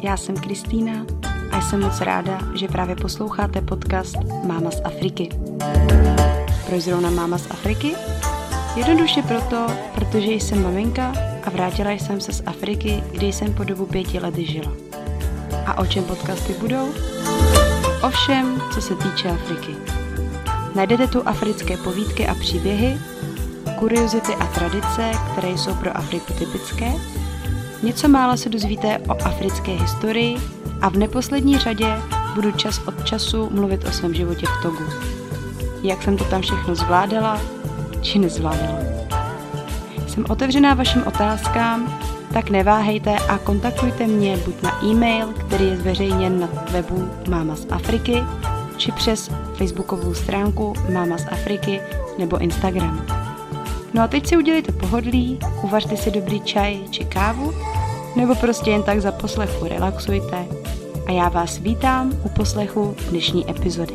Já jsem Kristýna a jsem moc ráda, že právě posloucháte podcast Máma z Afriky. Proč zrovna Máma z Afriky? Jednoduše proto, protože jsem maminka a vrátila jsem se z Afriky, kde jsem po dobu 5 let žila. A o čem podcasty budou? O všem, co se týče Afriky. Najdete tu africké povídky a příběhy, kuriozity a tradice, které jsou pro Afriku typické. Něco málo se dozvíte o africké historii a v neposlední řadě budu čas od času mluvit o svém životě v Togu. Jak jsem to tam všechno zvládala, či nezvládala. Jsem otevřená vašim otázkám, tak neváhejte a kontaktujte mě buď na e-mail, který je zveřejněn na webu Máma z Afriky, či přes facebookovou stránku Máma z Afriky nebo Instagram. No a teď si udělejte pohodlí, uvařte si dobrý čaj či kávu, nebo prostě jen tak za poslechu relaxujte a já vás vítám u poslechu dnešní epizody.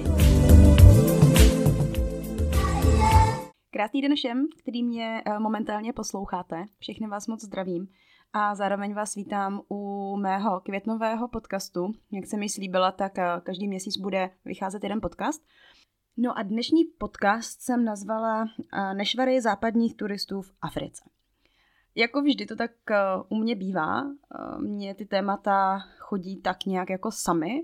Krásný den všem, který mě momentálně posloucháte. Všechny vás moc zdravím a zároveň vás vítám u mého květnového podcastu. Jak jsem mi slíbila, tak každý měsíc bude vycházet jeden podcast. No a dnešní podcast jsem nazvala Nešvary západních turistů v Africe. Jako vždy to tak u mě bývá, mně ty témata chodí tak nějak jako samy.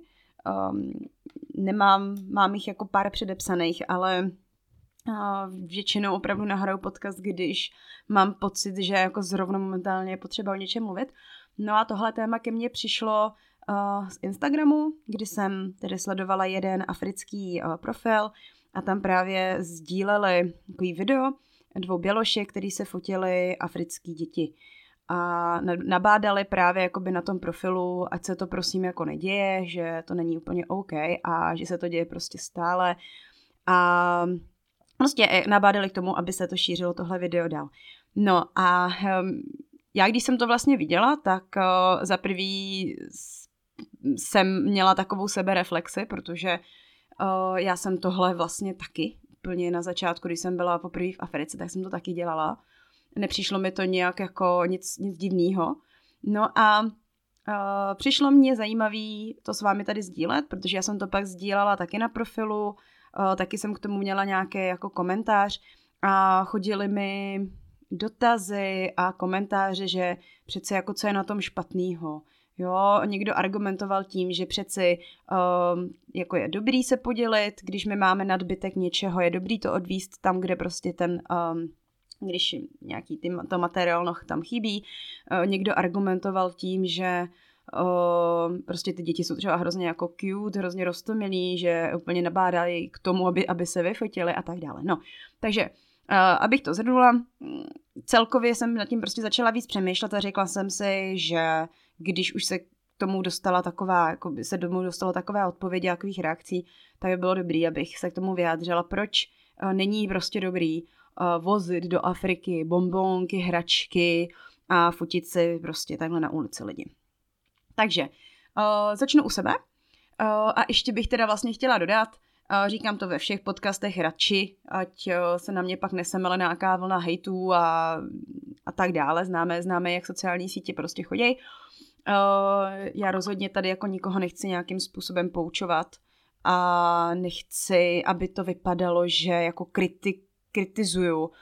Mám jich jako pár předepsaných, ale většinou opravdu nahraju podcast, když mám pocit, že jako zrovna momentálně je potřeba o něčem mluvit. No a tohle téma ke mně přišlo z Instagramu, kdy jsem tedy sledovala jeden africký profil a tam právě sdíleli takový video 2 bělošek, který se fotili africký děti. A nabádali právě jakoby na tom profilu, ať se to prosím jako neděje, že to není úplně OK a že se to děje prostě stále. A prostě nabádali k tomu, aby se to šířilo tohle video dál. No a já když jsem to vlastně viděla, tak za prvý jsem měla takovou sebereflexi, protože já jsem tohle vlastně taky úplně na začátku, když jsem byla poprvé v Africe, tak jsem to taky dělala. Nepřišlo mi to nějak jako nic divného. No a přišlo mě zajímavý to s vámi tady sdílet, protože já jsem to pak sdílala taky na profilu, taky jsem k tomu měla nějaký jako komentář a chodily mi dotazy a komentáře, že přece jako co je na tom špatného. Jo, někdo argumentoval tím, že přeci jako je dobrý se podělit, když my máme nadbytek něčeho, je dobrý to odvízt tam, kde prostě když nějaký to materiál tam chybí. Někdo argumentoval tím, že prostě ty děti jsou třeba hrozně jako cute, hrozně roztomilí, že úplně nabádají k tomu, aby se vyfotili a tak dále. No, takže abych to shrnula, celkově jsem nad tím prostě začala víc přemýšlet a řekla jsem si, že když už se k tomu dostala taková, jako by se domů dostalo takové odpovědi a takových reakcí, tak by bylo dobrý, abych se k tomu vyjádřila, proč není prostě dobrý vozit do Afriky bonbonky, hračky a fotit si prostě takhle na ulici lidi. Takže začnu u sebe a ještě bych teda vlastně chtěla dodat, říkám to ve všech podcastech radši, ať se na mě pak nesemele nějaká vlna hejtů a tak dále. Známe, jak sociální sítě prostě chodí. Já rozhodně tady jako nikoho nechci nějakým způsobem poučovat a nechci, aby to vypadalo, že jako kritizuju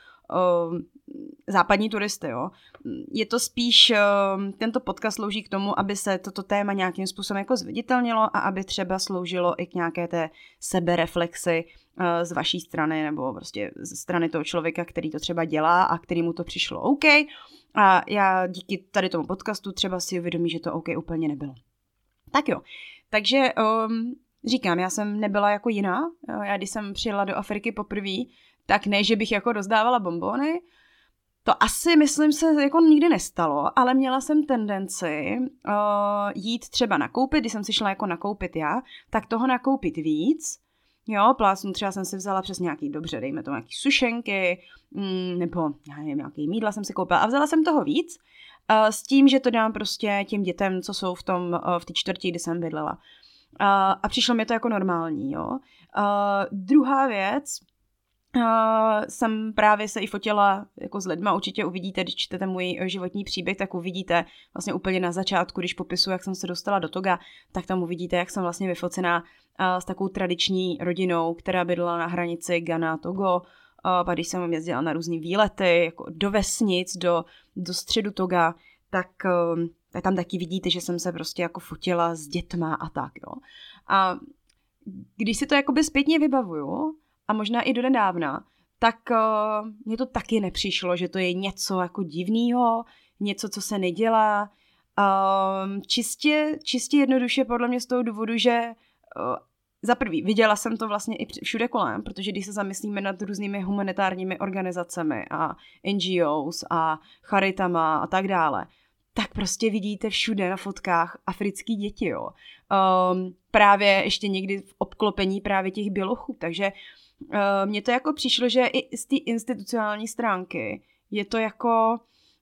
západní turisty, jo. Je to spíš, tento podcast slouží k tomu, aby se toto téma nějakým způsobem jako zviditelnilo a aby třeba sloužilo i k nějaké té sebereflexi z vaší strany nebo prostě ze strany toho člověka, který to třeba dělá a kterému to přišlo OK. A já díky tady tomu podcastu třeba si uvědomí, že to OK úplně nebylo. Tak jo, takže říkám, já jsem nebyla jako jiná. Já když jsem přijela do Afriky poprvé, tak ne, že bych jako rozdávala bonbony, to asi, myslím se, jako nikdy nestalo, ale měla jsem tendenci jít třeba nakoupit, když jsem si šla jako nakoupit já, tak toho nakoupit víc. Jo, plácnu třeba jsem si vzala přes nějaký, dobře, dejme to nějaký sušenky, nebo já nevím, nějaký mýdla jsem si koupila a vzala jsem toho víc, s tím, že to dám prostě těm dětem, co jsou v té čtvrti, kdy jsem bydlela. A přišlo mi to jako normální, jo. Druhá věc, jsem právě se i fotila jako s lidma, určitě uvidíte, když čtete můj životní příběh, tak uvidíte vlastně úplně na začátku, když popisuju, jak jsem se dostala do Toga, tak tam uvidíte, jak jsem vlastně vyfocená s takovou tradiční rodinou, která bydlela na hranici Ghana, Togo. Pak když jsem jezdila na různý výlety, jako do vesnic, do středu Toga, tak tam taky vidíte, že jsem se prostě jako fotila s dětma a tak, jo. A když si to jakoby zpětně vybavuju, a možná i do nedávna, tak mně to taky nepřišlo, že to je něco jako divného, něco, co se nedělá. Čistě jednoduše podle mě z toho důvodu, že za prvý viděla jsem to vlastně i všude kolem, protože když se zamyslíme nad různými humanitárními organizacemi a NGOs a charitama a tak dále, tak prostě vidíte všude na fotkách africký děti, jo. Právě ještě někdy v obklopení právě těch bělochů, takže mně to jako přišlo, že i z té institucionální stránky je to jako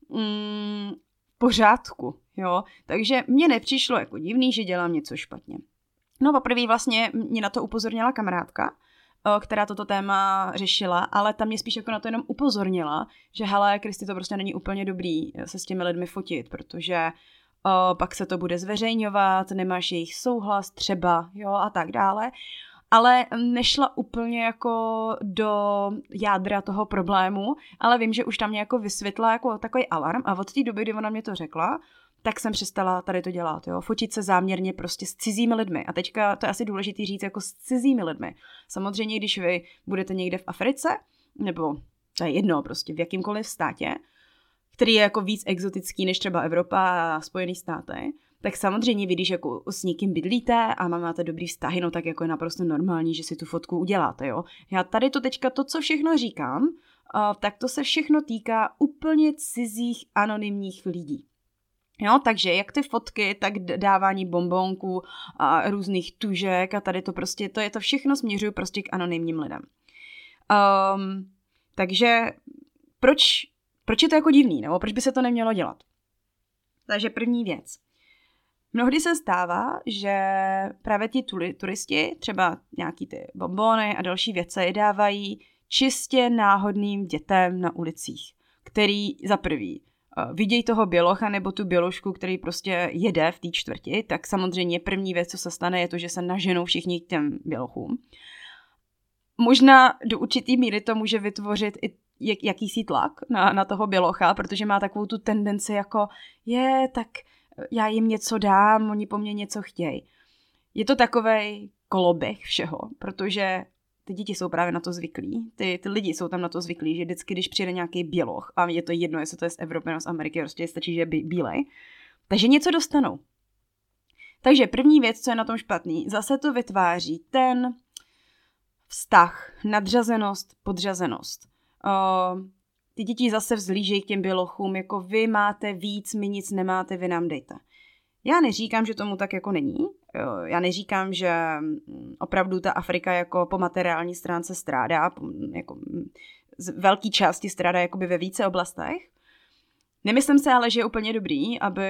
v pořádku, jo. Takže mně nepřišlo jako divný, že dělám něco špatně. No poprvé vlastně mě na to upozornila kamarádka, která toto téma řešila, ale tam mě spíš jako na to jenom upozornila, že hele, Kristi, to prostě není úplně dobrý se s těmi lidmi fotit, protože pak se to bude zveřejňovat, nemáš jejich souhlas třeba, jo, a tak dále. Ale nešla úplně jako do jádra toho problému, ale vím, že už tam mě jako vysvětla jako takový alarm a od té doby, kdy ona mě to řekla, tak jsem přestala tady to dělat, jo. Fotit se záměrně prostě s cizími lidmi. A teďka to je asi důležitý říct jako s cizími lidmi. Samozřejmě, když vy budete někde v Africe, nebo to je jedno prostě v jakýmkoliv státě, který je jako víc exotický než třeba Evropa a Spojené státy, tak samozřejmě vy, když jako s někým bydlíte a máte dobrý vztahy, no tak jako je naprosto normální, že si tu fotku uděláte, jo. Já tady to teďka, to, co všechno říkám, tak to se všechno týká úplně cizích anonymních lidí. Jo, takže jak ty fotky, tak dávání bonbonků a různých tužek a tady to prostě, to všechno směřuju prostě k anonymním lidem. Takže proč je to jako divný, nebo proč by se to nemělo dělat? Takže první věc. Mnohdy se stává, že právě ti turisti, třeba nějaký ty bonbony a další věci dávají čistě náhodným dětem na ulicích, který za prvý vidějí toho bělocha nebo tu běložku, který prostě jede v té čtvrti, tak samozřejmě první věc, co se stane, je to, že se naženou všichni k těm bělochům. Možná do určitý míry to může vytvořit i jakýsi tlak na toho bělocha, protože má takovou tu tendenci jako tak já jim něco dám, oni po mně něco chtějí. Je to takovej koloběh všeho, protože ty děti jsou právě na to zvyklí, ty lidi jsou tam na to zvyklí, že vždycky, když přijde nějaký běloch, a je to jedno, jestli to je z Evropy nebo z Ameriky, prostě stačí, že je bílej, takže něco dostanou. Takže první věc, co je na tom špatný, zase to vytváří ten vztah, nadřazenost, podřazenost. Ty děti zase vzlížejí k těm bělochům, jako vy máte víc, my nic nemáte, vy nám dejte. Já neříkám, že tomu tak jako není. Já neříkám, že opravdu ta Afrika jako po materiální stránce strádá, jako z velké části strádá jakoby ve více oblastech. Nemyslím se ale, že je úplně dobrý, aby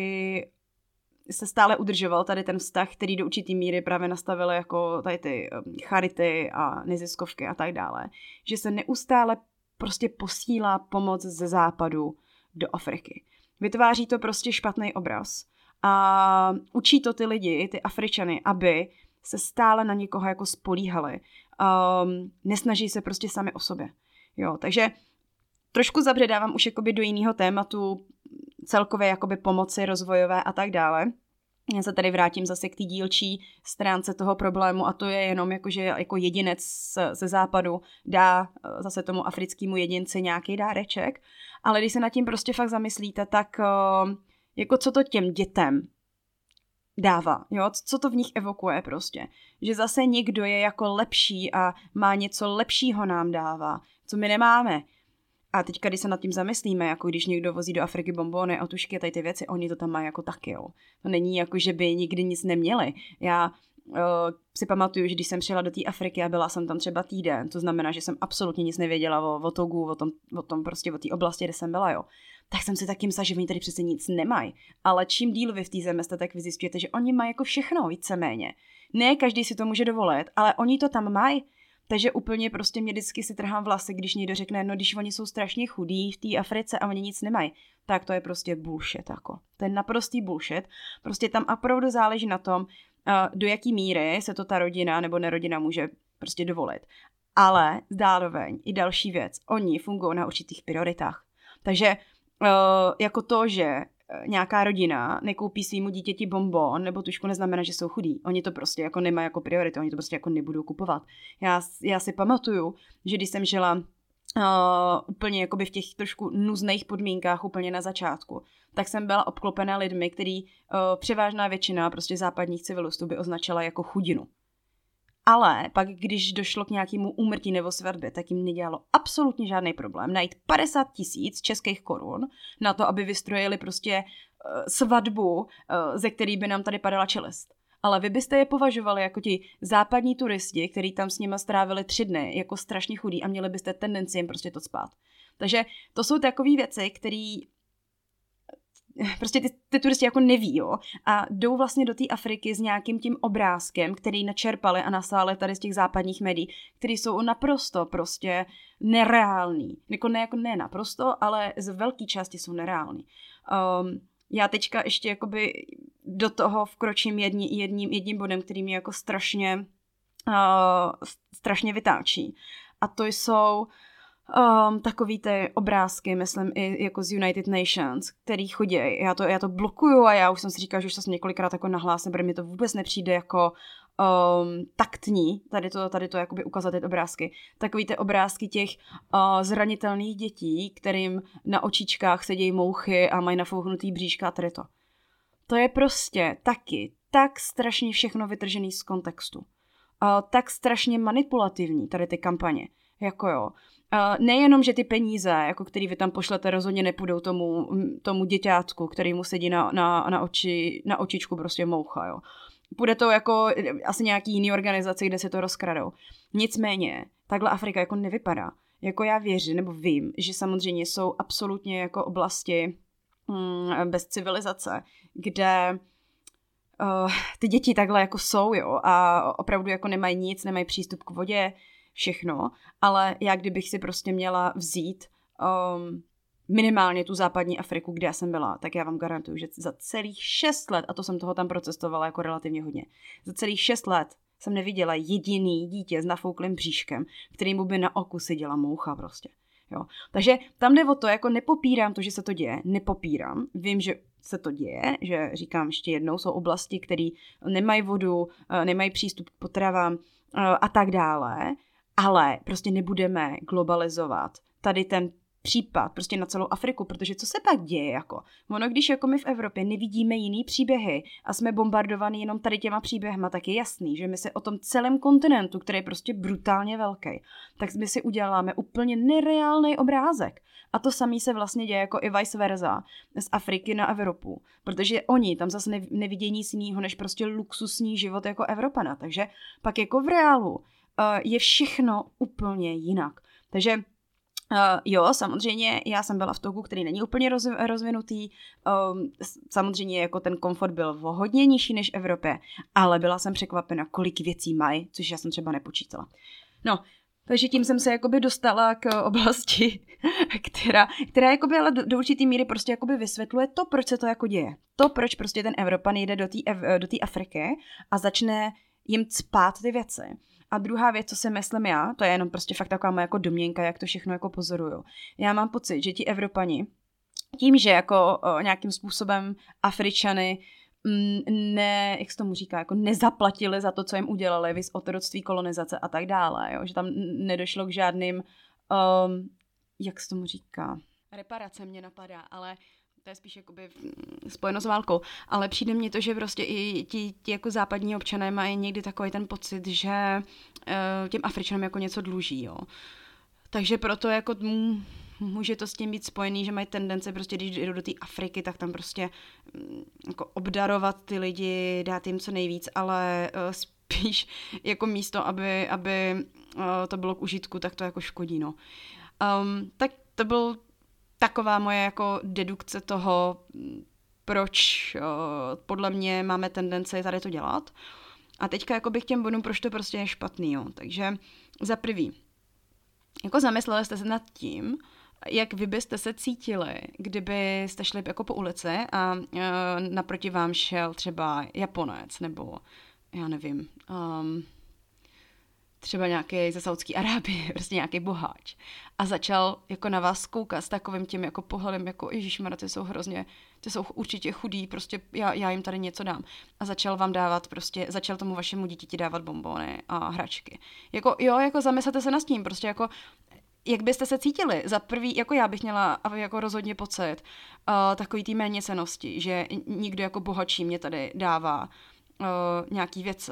se stále udržoval tady ten vztah, který do určitý míry právě nastavily jako tady ty charity a neziskovky a tak dále. Že se neustále prostě posílá pomoc ze západu do Afriky. Vytváří to prostě špatný obraz. A učí to ty lidi, ty Afričany, aby se stále na někoho jako spolíhali. Nesnaží se prostě sami o sobě. Jo, takže trošku zabředávám už jakoby do jiného tématu, celkově jakoby pomoci rozvojové a tak dále. Já se tady vrátím zase k té dílčí stránce toho problému a to je jenom jako, že jako jedinec ze západu dá zase tomu africkému jedinci nějaký dáreček, ale když se nad tím prostě fakt zamyslíte, tak jako co to těm dětem dává, jo? Co to v nich evokuje prostě. Že zase někdo je jako lepší a má něco lepšího nám dává, co my nemáme. A teďka, když se nad tím zamyslíme, jako když někdo vozí do Afriky bonbony a tušky a tady ty věci, oni to tam mají jako taky, jo. To není jako, že by nikdy nic neměli. Já si pamatuju, že když jsem přijela do té Afriky a byla jsem tam třeba týden, to znamená, že jsem absolutně nic nevěděla o Togu, o tom prostě o té oblasti, kde jsem byla, jo. Tak jsem si taky myslela, že oni tady přece nic nemají. Ale čím díl vy v té zemi jste, tak vy zjistíte, že oni mají jako všechno víceméně. Ne každý si to může dovolit, ale oni to tam mají. Takže úplně prostě mě vždycky si trhám vlasy, když někdo řekne, no když oni jsou strašně chudí v té Africe a oni nic nemají, tak to je prostě bullshit jako. To je naprostý bullshit. Prostě tam opravdu záleží na tom, do jaký míry se to ta rodina nebo nerodina může prostě dovolit. Ale zároveň i další věc, oni fungují na určitých prioritách. Takže jako to, že nějaká rodina nekoupí svýmu dítěti bonbon nebo tušku, neznamená, že jsou chudí. Oni to prostě jako nemají jako prioritu, oni to prostě jako nebudou kupovat. Já si pamatuju, že když jsem žila úplně jakoby v těch trošku nuzných podmínkách úplně na začátku, tak jsem byla obklopená lidmi, který převážná většina prostě západních civilistů by označila jako chudinu. Ale pak, když došlo k nějakému úmrtí nebo svatbě, tak jim nedělalo absolutně žádný problém najít 50 000 českých korun na to, aby vystrojili prostě svatbu, ze který by nám tady padala čelist. Ale vy byste je považovali jako ti západní turisti, kteří tam s nima strávili 3 dny, jako strašně chudí a měli byste tendenci jim prostě to cpát. Takže to jsou takové věci, které prostě ty turisti jako neví, jo, a jdou vlastně do té Afriky s nějakým tím obrázkem, který načerpali a nasáli tady z těch západních médií, který jsou naprosto prostě nereální. Jako ne naprosto, ale z velké části jsou nereální. Já teďka ještě jakoby do toho vkročím jedním bodem, který mě jako strašně vytáčí. A to jsou takový ty obrázky, myslím, i jako z United Nations, který chodí. Já to blokuju a já už jsem si říkala, že už to jsem několikrát jako nahlásila, protože mi to vůbec nepřijde jako taktní, tady to jakoby ukázat ty obrázky. Takový ty obrázky těch zranitelných dětí, kterým na očičkách sedí mouchy a mají nafouhnutý bříška a tady to. To je prostě taky tak strašně všechno vytržený z kontextu. Tak strašně manipulativní tady ty kampaně. Jako jo. Nejenom, že ty peníze, jako který vy tam pošlete, rozhodně nepůjdou tomu děťátku, který mu sedí na očičku prostě moucha, jo. Půjde to jako asi nějaký jiný organizaci, kde se to rozkradou. Nicméně, takhle Afrika jako nevypadá. Jako já věřím, nebo vím, že samozřejmě jsou absolutně jako oblasti bez civilizace, kde ty děti takhle jako jsou, jo, a opravdu jako nemají nic, nemají přístup k vodě, všechno, ale já kdybych si prostě měla vzít minimálně tu západní Afriku, kde já jsem byla, tak já vám garantuju, že za celých 6 let, a to jsem toho tam procestovala jako relativně hodně, za celých 6 let jsem neviděla jediný dítě s nafouklým bříškem, kterýmu by na oku seděla moucha prostě. Jo. Takže tam jde o to, jako nepopírám to, že se to děje, nepopírám, vím, že se to děje, že říkám ještě jednou, jsou oblasti, které nemají vodu, nemají přístup k potravám a tak dále, ale prostě nebudeme globalizovat tady ten případ prostě na celou Afriku, protože co se pak děje jako? Ono, když jako my v Evropě nevidíme jiný příběhy a jsme bombardovaní jenom tady těma příběhma, tak je jasný, že my si o tom celém kontinentu, který je prostě brutálně velký, tak my si uděláme úplně nereálný obrázek. A to samé se vlastně děje jako i vice versa z Afriky na Evropu, protože oni tam zase nevidějí nic jiného než prostě luxusní život jako Evropana, takže pak jako v reálu je všechno úplně jinak. Takže jo, samozřejmě, já jsem byla v Togu, který není úplně rozvinutý, samozřejmě jako ten komfort byl hodně nižší než v Evropě, ale byla jsem překvapena, kolik věcí mají, což já jsem třeba nepočítala. No, takže tím jsem se jakoby dostala k oblasti, která jakoby ale do určitý míry prostě jakoby vysvětluje to, proč se to jako děje. To, proč prostě ten Evropan jde do té Afriky a začne jim cpát ty věci. A druhá věc, co si myslím já, to je jenom prostě fakt taková moje jako domněnka, jak to všechno jako pozoruju. Já mám pocit, že ti Evropani, tím, že jako nějakým způsobem Afričany jak se tomu říká, jako nezaplatili za to, co jim udělali, vys otroctví, kolonizace a tak dále, jo? Že tam nedošlo k žádným, jak se tomu říká, reparace mě napadá, ale to je spíš jakoby spojeno s válkou, ale přijde mně to, že prostě i ti jako západní občané mají někdy takový ten pocit, že těm Afričanům jako něco dluží, jo. Takže proto jako může to s tím být spojený, že mají tendence prostě, když jdou do té Afriky, tak tam prostě jako obdarovat ty lidi, dát jim co nejvíc, ale spíš jako místo, aby to bylo k užitku, tak to jako škodí, no. Tak to byl taková moje jako dedukce toho, proč podle mě máme tendenci tady to dělat. A teďka jako bych těm bodům, proč to prostě je špatný, jo. Takže za prvý, jako zamysleli jste se nad tím, jak vy byste se cítili, kdybyste šli jako po ulici a naproti vám šel třeba Japonec nebo já nevím, třeba nějaký ze Saudské Arábie, prostě nějaký boháč a začal jako na vás koukat s takovým tím jako pohledem, jako ježišmarja, ty jsou určitě chudí, prostě já jim tady něco dám. A začal vám dávat prostě, začal tomu vašemu dítěti dávat bonbony a hračky. Jako jo, jako zamyslete se nad tím, prostě jako jak byste se cítili? Za prvý, jako já bych měla jako rozhodně pocit takový té méněcennosti, že nikdo jako bohatší mě tady dává nějaký věci.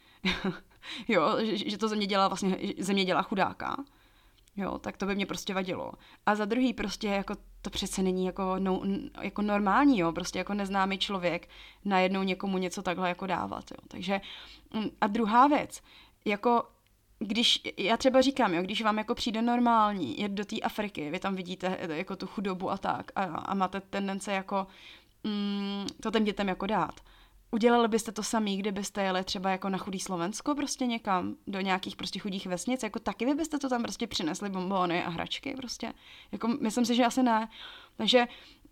Jo, že to země dělá chudáka. Jo, tak to by mě prostě vadilo. A za druhý prostě jako to přece není jako normální, jo, prostě jako neznámý člověk najednou někomu něco takhle jako dávat, jo. Takže a druhá věc, jako když, já třeba říkám, jo, když vám jako přijde normální jet do té Afriky, vy tam vidíte jako tu chudobu a tak a máte tendence jako to těm dětem jako dát. Udělali byste to samý, kdybyste jeli třeba jako na chudý Slovensko prostě někam, do nějakých prostě chudých vesnic, jako taky vy byste to tam prostě přinesli bonbony a hračky prostě. Jako myslím si, že asi ne. Takže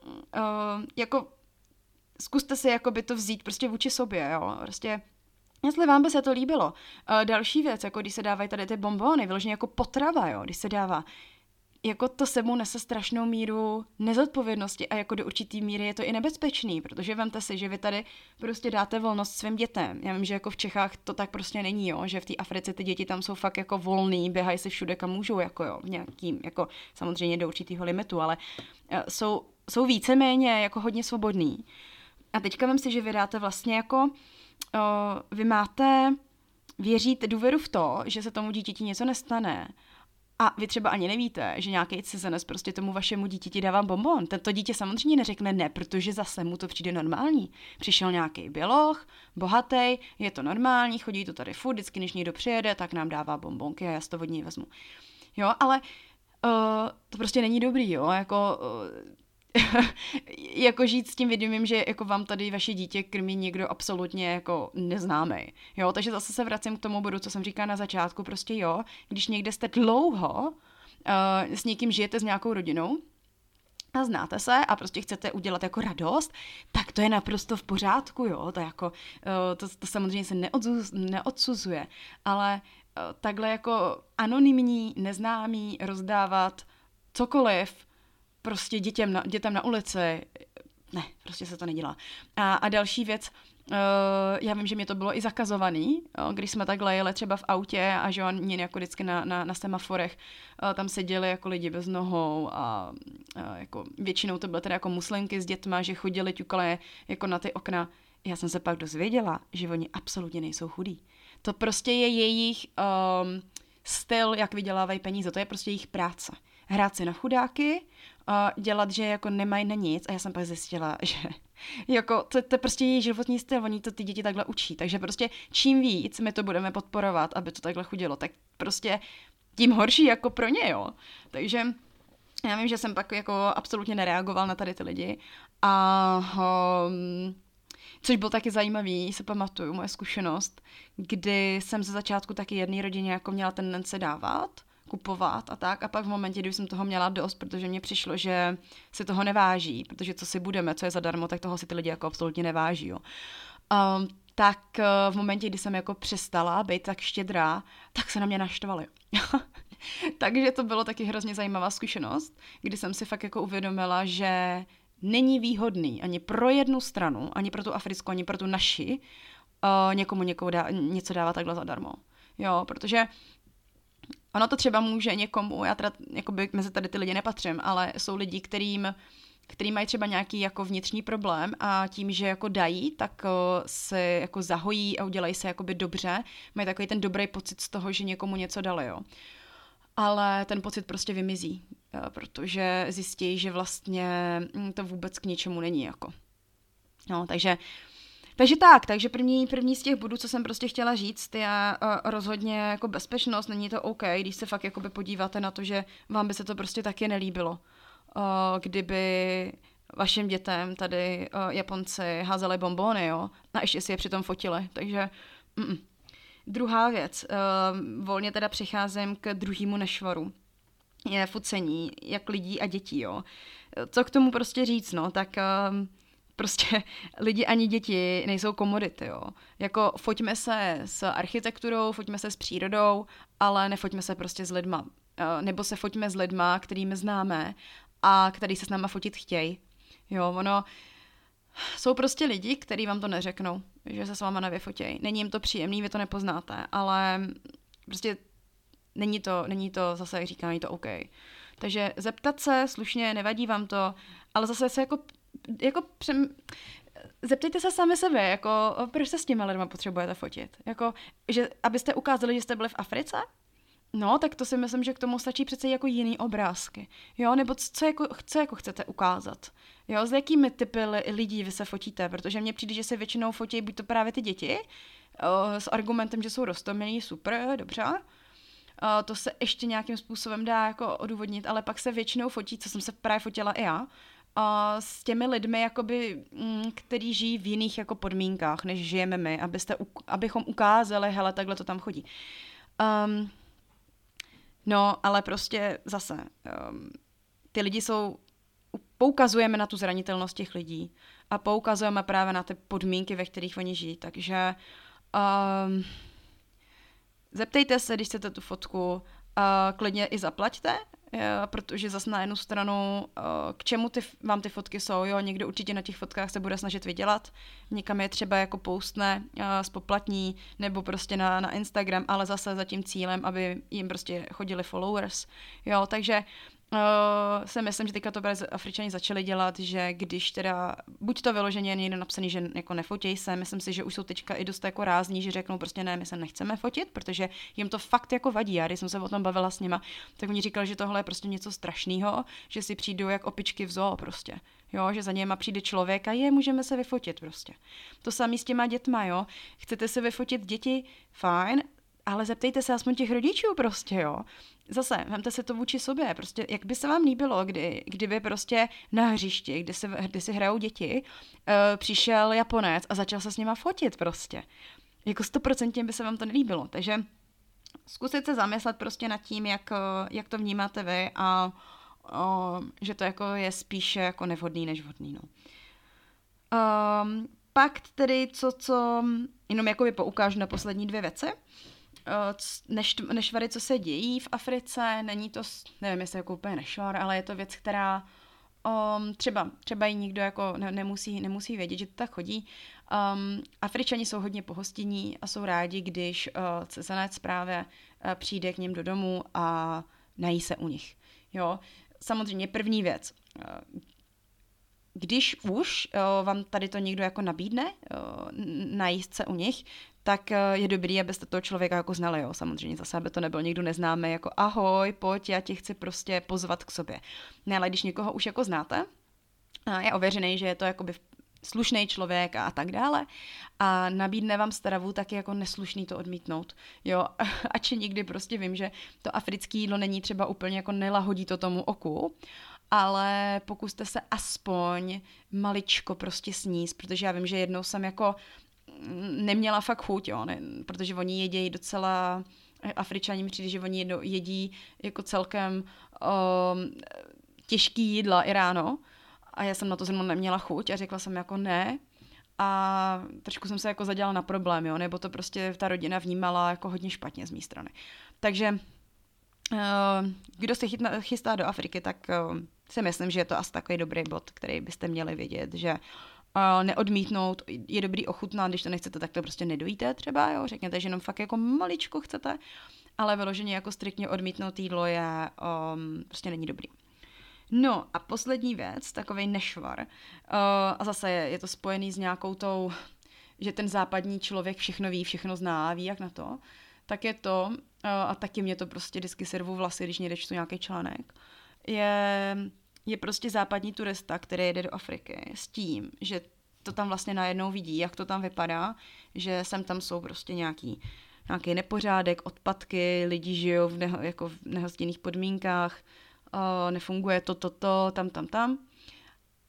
jako zkuste si jako by to vzít prostě vůči sobě, jo, prostě jestli vám by se to líbilo. Další věc, jako když se dávají tady ty bonbony, vyloženě jako potrava, jo, když se dává, jako to sebou nese strašnou míru nezodpovědnosti a jako do určitý míry je to i nebezpečný, protože vemte si, že vy tady prostě dáte volnost svým dětem. Já vím, že jako v Čechách to tak prostě není, jo, že v té Africe ty děti tam jsou fakt jako volný, běhají si všude, kam můžou, jako jo, nějakým, jako samozřejmě do určitýho limitu, ale jsou víceméně jako hodně svobodný. A teďka vem si, že vy dáte vlastně jako vy máte věřit důvěru v to, že se tomu dítěti něco nestane a vy třeba ani nevíte, že nějaký cizinec prostě tomu vašemu dítěti dává bonbon. Tento dítě samozřejmě neřekne ne, protože zase mu to přijde normální. Přišel nějaký běloch, bohatý, je to normální, chodí to tady furt, vždycky, když někdo přijede, tak nám dává bonbonky a já si to od něj vezmu. Jo, ale to prostě není dobrý, jo, jako jako žít s tím vědomím, že jako vám tady vaše dítě krmí někdo absolutně jako neznámý. Jo, takže zase se vracím k tomu bodu, co jsem říkala na začátku, prostě jo, když někde jste dlouho, s někým žijete s nějakou rodinou a znáte se a prostě chcete udělat jako radost, tak to je naprosto v pořádku, jo, to jako, to samozřejmě se neodsuzuje, ale takhle jako anonymní, neznámý rozdávat cokoliv, prostě dětem na ulici, ne, prostě se to nedělá. A další věc, já vím, že mě to bylo i zakazovaný, když jsme takhle jeli třeba v autě a že oni jako vždycky na semaforech tam seděli jako lidi bez nohou a jako většinou to byly teda jako muslimky s dětma, že chodili, ťukali jako na ty okna. Já jsem se pak dozvěděla, že oni absolutně nejsou chudí. To prostě je jejich styl, jak vydělávají peníze, to je prostě jejich práce. Hrát si na chudáky, dělat, že jako nemají na nic a já jsem pak zjistila, že jako to je prostě její životní styl, oni to ty děti takhle učí, takže prostě čím víc my to budeme podporovat, aby to takhle chudilo, tak prostě tím horší jako pro ně, jo. Takže já vím, že jsem pak jako absolutně nereagoval na tady ty lidi a což bylo taky zajímavý, se pamatuju, moje zkušenost, kdy jsem ze začátku taky jedné rodině jako měla tendence dávat, kupovat a tak. A pak v momentě, kdy jsem toho měla dost, protože mně přišlo, že si toho neváží, protože co si budeme, co je zadarmo, tak toho si ty lidi jako absolutně neváží. Jo. Tak v momentě, kdy jsem jako přestala být tak štědrá, tak se na mě naštvali. Takže to bylo taky hrozně zajímavá zkušenost, kdy jsem si fakt jako uvědomila, že není výhodný ani pro jednu stranu, ani pro tu africkou, ani pro tu naši, někomu něco dávat takhle zadarmo. Jo, protože ono to třeba může někomu, já teda jakoby mezi tady ty lidi nepatřím, ale jsou lidi, který mají třeba nějaký jako vnitřní problém a tím, že jako dají, tak se jako zahojí a udělají se jakoby dobře, mají takový ten dobrý pocit z toho, že někomu něco dali, jo. Ale ten pocit prostě vymizí, protože zjistí, že vlastně to vůbec k ničemu není, jako. No, takže první z těch bodů, co jsem prostě chtěla říct, je rozhodně jako bezpečnost, není to OK, když se fakt jakoby podíváte na to, že vám by se to prostě taky nelíbilo. Kdyby vašim dětem tady Japonci házeli bonbony, jo, a ještě si je přitom fotili, takže Druhá věc, volně teda přicházím k druhému nešvaru. Je focení, jak lidí a dětí, jo. Co k tomu prostě říct, no, tak prostě lidi ani děti nejsou komodity, jo. Jako foťme se s architekturou, foťme se s přírodou, ale nefoťme se prostě s lidma. Nebo se foťme s lidma, kterými známe a který se s náma fotit chtějí. Jo, ono, jsou prostě lidi, kteří vám to neřeknou, že se s váma nevyfotějí. Není jim to příjemný, vy to nepoznáte, ale prostě není to zase, jak říkám, není to OK. Takže zeptat se slušně, nevadí vám to, ale zase se zeptejte se sami sebe, jako proč se s těma lidma potřebujete fotit. Jako, že abyste ukázali, že jste byli v Africe? No, tak to si myslím, že k tomu stačí přece jako jiný obrázky. Jo, nebo co jako chcete ukázat? Jo, s jakými typy lidí vy se fotíte? Protože mně přijde, že se většinou fotí buď to právě ty děti, s argumentem, že jsou roztomilí, super, dobře. To se ještě nějakým způsobem dá jako odůvodnit, ale pak se většinou fotí, co jsem se právě fotila i já, s těmi lidmi, jakoby, který žijí v jiných jako podmínkách, než žijeme my, abychom ukázali, hele, takhle to tam chodí. No, ale prostě zase, ty lidi poukazujeme na tu zranitelnost těch lidí a poukazujeme právě na ty podmínky, ve kterých oni žijí, takže zeptejte se, když chcete tu fotku, klidně i zaplaťte, protože zase na jednu stranu, k čemu vám ty fotky jsou, jo, někdo určitě na těch fotkách se bude snažit vydělat, někam je třeba jako postne, spoplatní, nebo prostě na Instagram, ale zase za tím cílem, aby jim prostě chodili followers, jo, takže si myslím, že teďka to Afričani začali dělat, že když teda, buď to vyloženě je někdo napsaný, že jako nefotěj se, myslím si, že už jsou teďka i dost jako rázní, že řeknou prostě ne, my se nechceme fotit, protože jim to fakt jako vadí. Já když jsem se o tom bavila s nima, tak oni říkali, že tohle je prostě něco strašného, že si přijdou jak opičky v zoo prostě. Jo, že za něma přijde člověk a můžeme se vyfotit prostě. To samé s těma dětma, jo. Chcete se vyfotit děti? Fajn, ale zeptejte se aspoň těch rodičů prostě, jo. Zase, vemte se to vůči sobě, prostě, jak by se vám líbilo, kdyby prostě na hřišti, kdy si hrajou děti, přišel Japonec a začal se s nima fotit prostě. Jako 100% by se vám to nelíbilo, takže zkusit se zamyslet prostě nad tím, jak to vnímáte vy a že to jako je spíše jako nevhodný než vhodný, no. Pak tedy, co jenom jakoby poukážu na poslední dvě věci, nešvary, co se dějí v Africe, není to, nevím, jestli jako úplně nešvar, ale je to věc, která třeba ji nikdo jako nemusí vědět, že to tak chodí. Afričani jsou hodně pohostinní a jsou rádi, když cizinec právě přijde k ním do domu a nají se u nich. Jo? Samozřejmě první věc, když už vám tady to někdo jako nabídne, najíst se u nich, tak je dobrý, abyste toho člověka jako znali, jo, samozřejmě zase, aby to nebyl někdo neznámý, jako ahoj, pojď, já tě chci prostě pozvat k sobě. Ne, ale když někoho už jako znáte, je ověřený, že je to jakoby slušný člověk a tak dále a nabídne vám stravu, tak je jako neslušný to odmítnout, jo, ač nikdy prostě vím, že to africké jídlo není třeba úplně jako nelahodí to tomu oku, ale pokuste se aspoň maličko prostě sníst, protože já vím, že jednou jsem jako neměla fakt chuť, jo, ne, protože oni jedí docela, Afričani mi přijde, že oni jedí jako celkem těžký jídla i ráno a já jsem na to zrovna neměla chuť a řekla jsem jako ne a trošku jsem se jako zadělala na problém, jo, nebo to prostě ta rodina vnímala jako hodně špatně z mé strany. Takže kdo se chystá do Afriky, tak si myslím, že je to asi takový dobrý bod, který byste měli vědět, že neodmítnout, je dobrý ochutnat, když to nechcete, tak to prostě nedojíte třeba, jo, řekněte, že jenom fakt jako maličko chcete, ale vyloženě jako striktně odmítnout jídlo je, prostě není dobrý. No a poslední věc, takovej nešvar, a zase je to spojený s nějakou tou, že ten západní člověk všechno ví, všechno zná, ví jak na to, tak je to, a taky mě to prostě vždycky servu vlasy, když někde čtu nějaký článek, je prostě západní turista, který jede do Afriky s tím, že to tam vlastně najednou vidí, jak to tam vypadá, že sem tam jsou prostě nějaký nepořádek, odpadky, lidi žijou v nehostinných podmínkách, nefunguje to, tam.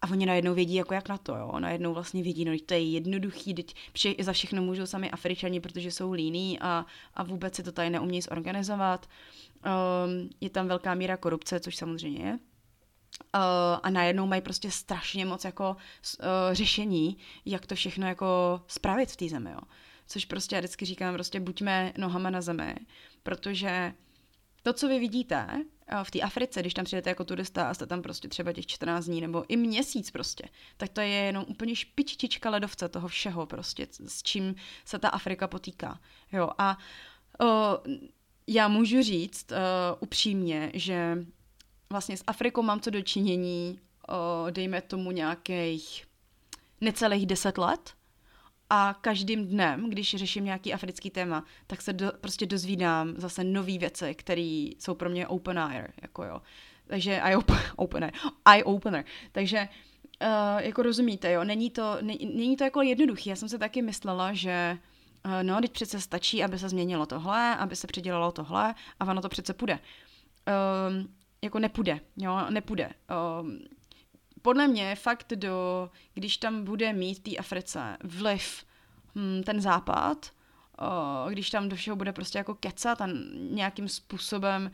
A oni najednou vědí, jako jak na to, jo. Najednou vlastně vědí, no to je jednoduchý, teď za všechno můžou sami Afričani, protože jsou líní a vůbec si to tady neumějí zorganizovat. Je tam velká míra korupce, což samozřejmě je. A najednou mají prostě strašně moc jako řešení, jak to všechno jako spravit v té zemi, jo. Což prostě já vždycky říkám, prostě buďme nohama na zemi, protože to, co vy vidíte v té Africe, když tam přijdete jako turista a jste tam prostě třeba těch 14 dní nebo i měsíc prostě, tak to je jenom úplně špiččička ledovce toho všeho prostě, s čím se ta Afrika potýká. Jo, a já můžu říct upřímně, že vlastně s Afrikou mám co dočinění, dejme tomu nějakých necelých 10 let a každým dnem, když řeším nějaký africký téma, tak se prostě dozvídám zase nový věci, které jsou pro mě open-eye, jako jo. Takže eye-opener. Takže jako rozumíte, jo, není to jako jednoduchý. Já jsem se taky myslela, že no, teď přece stačí, aby se změnilo tohle, aby se předělalo tohle a ono to přece půjde. Jako nepůjde. Podle mě fakt když tam bude mít té Africe vliv ten západ, když tam do všeho bude prostě jako kecat a nějakým způsobem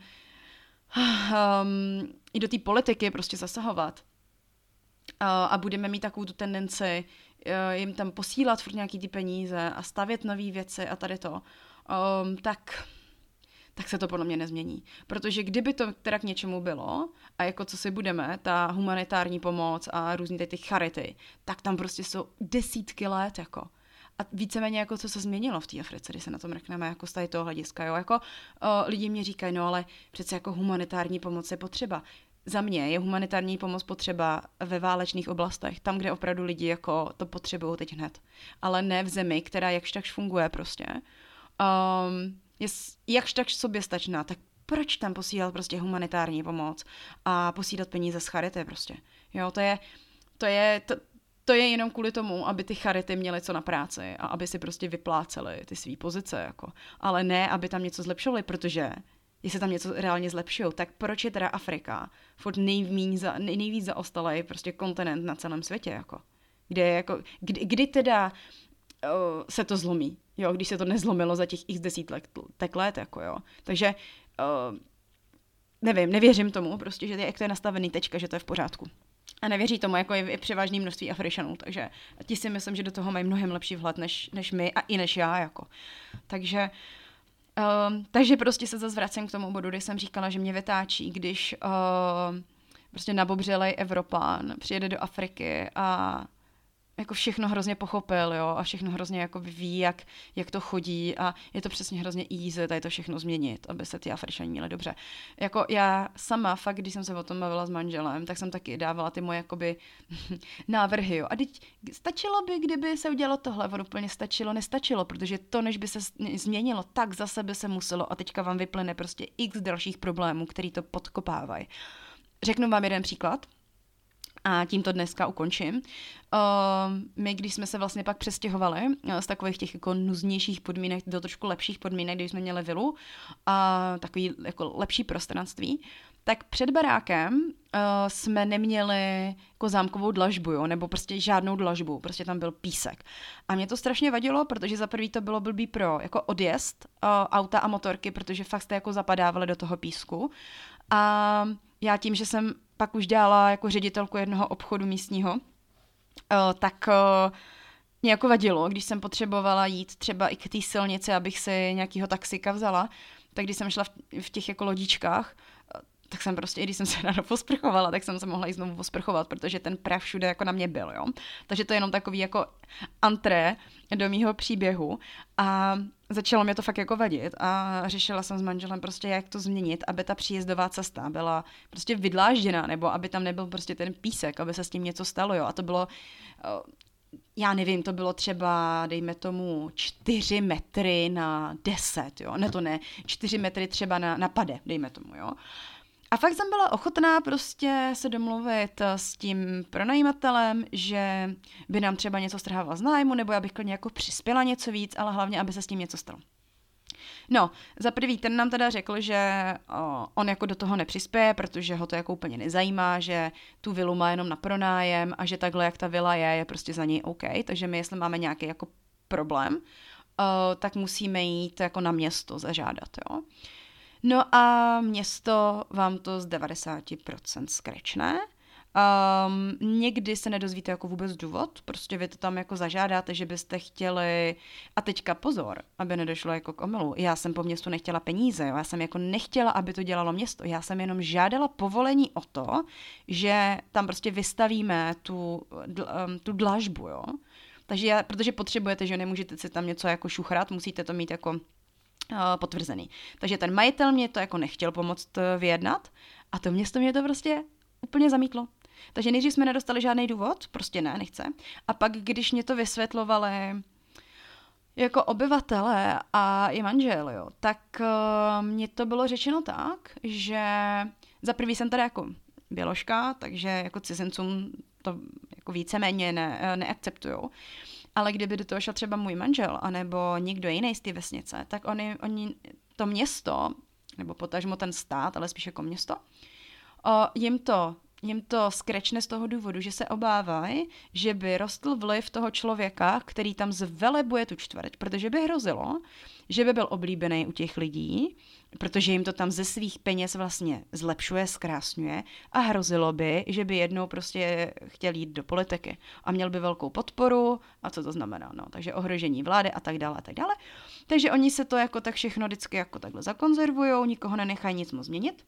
i do té politiky prostě zasahovat a budeme mít takovou tu tendenci jim tam posílat furt nějaký ty peníze a stavět nové věci a tady to, tak se to podle mě nezmění. Protože kdyby to teda k něčemu bylo, a jako co si budeme, ta humanitární pomoc a různý ty charity, tak tam prostě jsou desítky let, jako. A víceméně jako co se změnilo v té Africe, když se na to mrkneme, jako z tady toho hlediska, jo. Jako lidi mě říkají, no ale přece jako humanitární pomoc je potřeba. Za mě je humanitární pomoc potřeba ve válečných oblastech, tam, kde opravdu lidi jako to potřebují teď hned. Ale ne v zemi, která jakž takž funguje prostě. Je jakž tak soběstačná, tak proč tam posílat prostě humanitární pomoc a posílat peníze z charity prostě. Jo, to je jenom kvůli tomu, aby ty charity měly co na práci a aby si prostě vyplácely ty svý pozice, jako. Ale ne, aby tam něco zlepšovali, protože jestli tam něco reálně zlepšují, tak proč je teda Afrika furt nejvíc zaostalý prostě kontinent na celém světě, jako. Kdy teda se to zlomí, jo, když se to nezlomilo za těch x desítek let, jako jo. Takže nevěřím tomu, prostě, že jak to je nastavený tečka, že to je v pořádku. A nevěří tomu, jako je převážné množství Afričanů, takže ti si myslím, že do toho mají mnohem lepší vhled než my a i než já, jako. Takže prostě se zase vracím k tomu bodu, kdy jsem říkala, že mě vytáčí, když prostě nabobřelej Evropán přijede do Afriky a jako všechno hrozně pochopil, jo, a všechno hrozně jako ví, jak to chodí a je to přesně hrozně easy tady to všechno změnit, aby se ty Afričani měli dobře. Jako já sama, fakt, když jsem se o tom bavila s manželem, tak jsem taky dávala ty moje jakoby návrhy, jo. A teď stačilo by, kdyby se udělalo tohle, ono úplně nestačilo, protože to, než by se změnilo, tak zase by se muselo a teďka vám vyplyne prostě x dalších problémů, který to podkopávají. Řeknu vám jeden příklad. A tím to dneska ukončím. My, když jsme se vlastně pak přestěhovali z takových těch jako nuznějších podmínek do trošku lepších podmínek, když jsme měli vilu a takový jako lepší prostranství, tak před barákem jsme neměli jako zámkovou dlažbu, jo, nebo prostě žádnou dlažbu, prostě tam byl písek. A mě to strašně vadilo, protože za prvý to bylo blbý pro jako odjezd auta a motorky, protože fakt jste jako zapadávali do toho písku. A já tím, že jsem pak už dělala jako ředitelku jednoho obchodu místního, tak mě jako vadilo, když jsem potřebovala jít třeba i k té silnici, abych si nějakýho taxika vzala, tak když jsem šla v těch jako lodičkách, tak jsem prostě, i když jsem se ráno posprchovala, tak jsem se mohla jít znovu posprchovat, protože ten prach všude jako na mě byl, jo. Takže to je jenom takový jako antré do mýho příběhu a začalo mě to fakt jako vadit a řešila jsem s manželem prostě, jak to změnit, aby ta příjezdová cesta byla prostě vydlážděná, nebo aby tam nebyl prostě ten písek, aby se s tím něco stalo, jo. A to bylo, já nevím, to bylo třeba, dejme tomu, 4 metry na 10, jo. Ne, 4 metry třeba na pade, dejme tomu, jo. A fakt jsem byla ochotná prostě se domluvit s tím pronajímatelem, že by nám třeba něco strhával z nájmu, nebo já bych klidně jako přispěla něco víc, ale hlavně, aby se s tím něco stalo. No, za prvý, ten nám teda řekl, že on jako do toho nepřispěje, protože ho to jako úplně nezajímá, že tu vilu má jenom na pronájem a že takhle, jak ta vila je prostě za něj OK. Takže my, jestli máme nějaký jako problém, tak musíme jít jako na město zažádat, jo. No a město vám to z 90% skrečne. Někdy se nedozvíte jako vůbec důvod, prostě vy to tam jako zažádáte, že byste chtěli, a teďka pozor, aby nedošlo jako k omylu, já jsem po městu nechtěla peníze, jo? Já jsem jako nechtěla, aby to dělalo město, já jsem jenom žádala povolení o to, že tam prostě vystavíme tu dlažbu, jo. Takže protože potřebujete, že nemůžete si tam něco jako šuchrat, musíte to mít jako potvrzený. Takže ten majitel mě to jako nechtěl pomoct vyjednat a to město mě to prostě úplně zamítlo. Takže nejdřív jsme nedostali žádný důvod, prostě nechce. A pak, když mě to vysvětlovali jako obyvatele a i manžel, jo, tak mně to bylo řečeno tak, že za prvý jsem tady jako běložka, takže jako cizincům to jako víceméně neakceptujou. Ale kdyby do toho šel třeba můj manžel, anebo někdo jiný z té vesnice, tak oni to město, nebo potažmo ten stát, ale spíš jako město, jim to skrečne z toho důvodu, že se obávají, že by rostl vliv toho člověka, který tam zvelebuje tu čtvrť, protože by hrozilo, že by byl oblíbený u těch lidí, protože jim to tam ze svých peněz vlastně zlepšuje, zkrásňuje a hrozilo by, že by jednou prostě chtěl jít do politiky a měl by velkou podporu a co to znamená, no, takže ohrožení vlády a tak dále a tak dále. Takže oni se to jako tak všechno vždycky jako takhle zakonzervujou, nikoho nenechají nic moc změnit.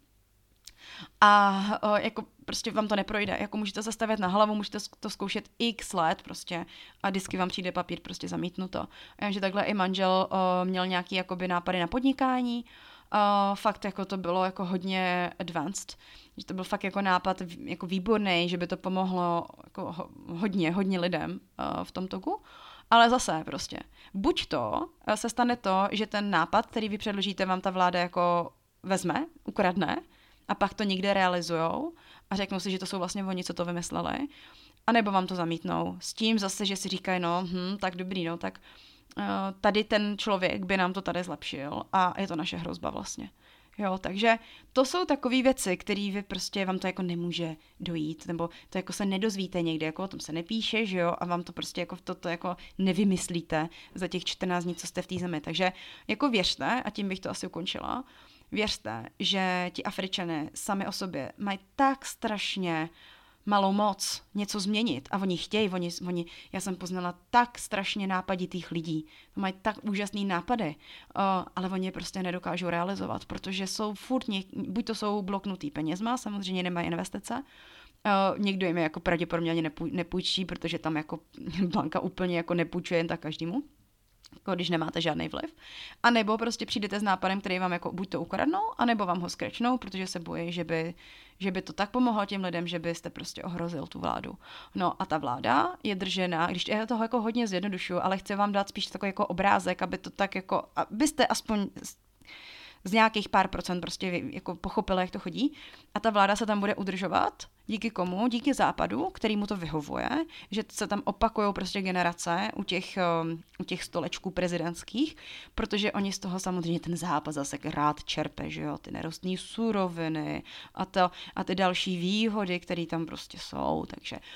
A jako prostě vám to neprojde, jako můžete zastavit na hlavu, můžete to zkoušet x let prostě a vždycky vám přijde papír prostě zamítnuto. Takže takhle i manžel měl nějaký jakoby nápady na podnikání, fakt jako to bylo jako hodně advanced, že to byl fakt jako nápad jako výborný, že by to pomohlo jako hodně lidem v tom toku. Ale zase prostě, buď to se stane to, že ten nápad, který vy předložíte, vám ta vláda jako vezme, ukradne, a pak to někde realizujou a řeknou si, že to jsou vlastně oni, co to vymysleli, anebo vám to zamítnou. S tím zase, že si říkají, tak dobrý, tak tady ten člověk by nám to tady zlepšil a je to naše hrozba vlastně. Jo, takže to jsou takové věci, které vy prostě vám to jako nemůže dojít, nebo to jako se nedozvíte někde, jako o tom se nepíše, že jo, a vám to prostě jako toto jako nevymyslíte za těch 14 dní, co jste v té zemi. Takže jako věřte, a tím bych to asi ukončila, věřte, že ti Afričané sami o sobě mají tak strašně malou moc něco změnit a oni chtějí, já jsem poznala tak strašně nápaditých lidí, to mají tak úžasný nápady, ale oni je prostě nedokážou realizovat, protože jsou furt, buď to jsou bloknutý penězma, samozřejmě nemají investice, někdo jim je jako pravděpodobně ani nepůjčí, protože tam jako banka úplně jako nepůjčuje jen tak každému, jako když nemáte žádný vliv. A nebo prostě přijdete s nápadem, který vám jako buď to ukradnou, anebo vám ho skrečnou, protože se bojí, že by to tak pomohlo těm lidem, že byste prostě ohrozil tu vládu. No a ta vláda je držená, když já toho jako hodně zjednodušuju, ale chci vám dát spíš takový jako obrázek, aby to tak jako, abyste aspoň z nějakých pár procent prostě jako pochopili, jak to chodí. A ta vláda se tam bude udržovat. Díky komu? Díky Západu, který mu to vyhovuje, že se tam opakujou prostě generace u těch stolečků prezidentských, protože oni z toho samozřejmě ten Západ zase rád čerpe, že jo, ty nerostné suroviny a ty další výhody, které tam prostě jsou.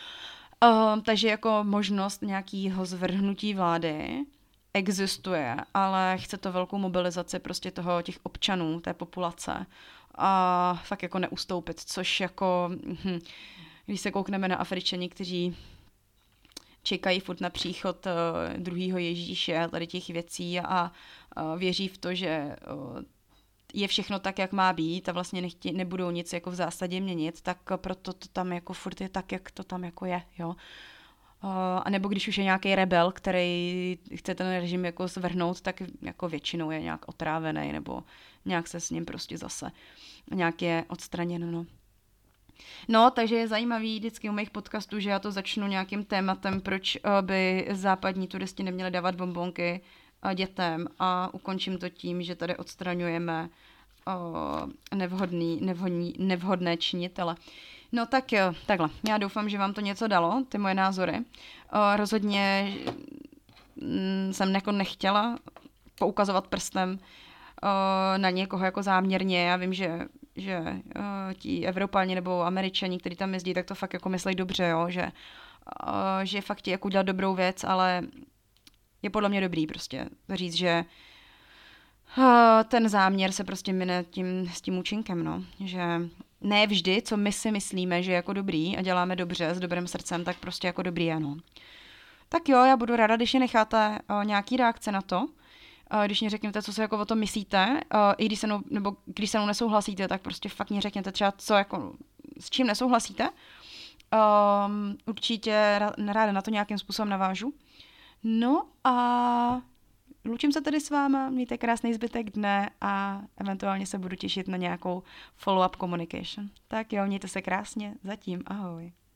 Takže jako možnost nějakého zvrhnutí vlády existuje, ale chce to velkou mobilizaci prostě těch občanů, té populace a fakt jako neustoupit, což jako, když se koukneme na Afričany, kteří čekají furt na příchod druhého Ježíše a tady těch věcí a věří v to, že je všechno tak, jak má být a vlastně nebudou nic jako v zásadě měnit, tak proto to tam jako furt je tak, jak to tam jako je, jo. A nebo když už je nějaký rebel, který chce ten režim jako zvrhnout, tak jako většinou je nějak otrávený nebo nějak se s ním prostě zase nějak je odstraněn, No, takže je zajímavý vždycky u mých podcastů, že já to začnu nějakým tématem, proč by západní turisti neměli dávat bonbonky dětem a ukončím to tím, že tady odstraňujeme nevhodné činitele. No tak jo, takhle. Já doufám, že vám to něco dalo, ty moje názory. Rozhodně jsem jako nechtěla poukazovat prstem na někoho jako záměrně. Já vím, že ti Evropani nebo Američani, kteří tam jezdí, tak to fakt jako myslí dobře, jo? Že fakt je jako udělat dobrou věc, ale je podle mě dobrý prostě říct, že ten záměr se prostě mine s tím účinkem, no. Že ne vždy, co my si myslíme, že je jako dobrý a děláme dobře, s dobrým srdcem, tak prostě jako dobrý je, no. Tak jo, já budu ráda, když je necháte nějaký reakce na to, když mě řeknete, co si jako o tom myslíte, i když se mnou nesouhlasíte, tak prostě fakt mě řekněte třeba, co jako, s čím nesouhlasíte. Určitě ráda na to nějakým způsobem navážu. No a loučím se tady s váma, mějte krásný zbytek dne a eventuálně se budu těšit na nějakou follow-up communication. Tak jo, mějte se krásně, zatím ahoj.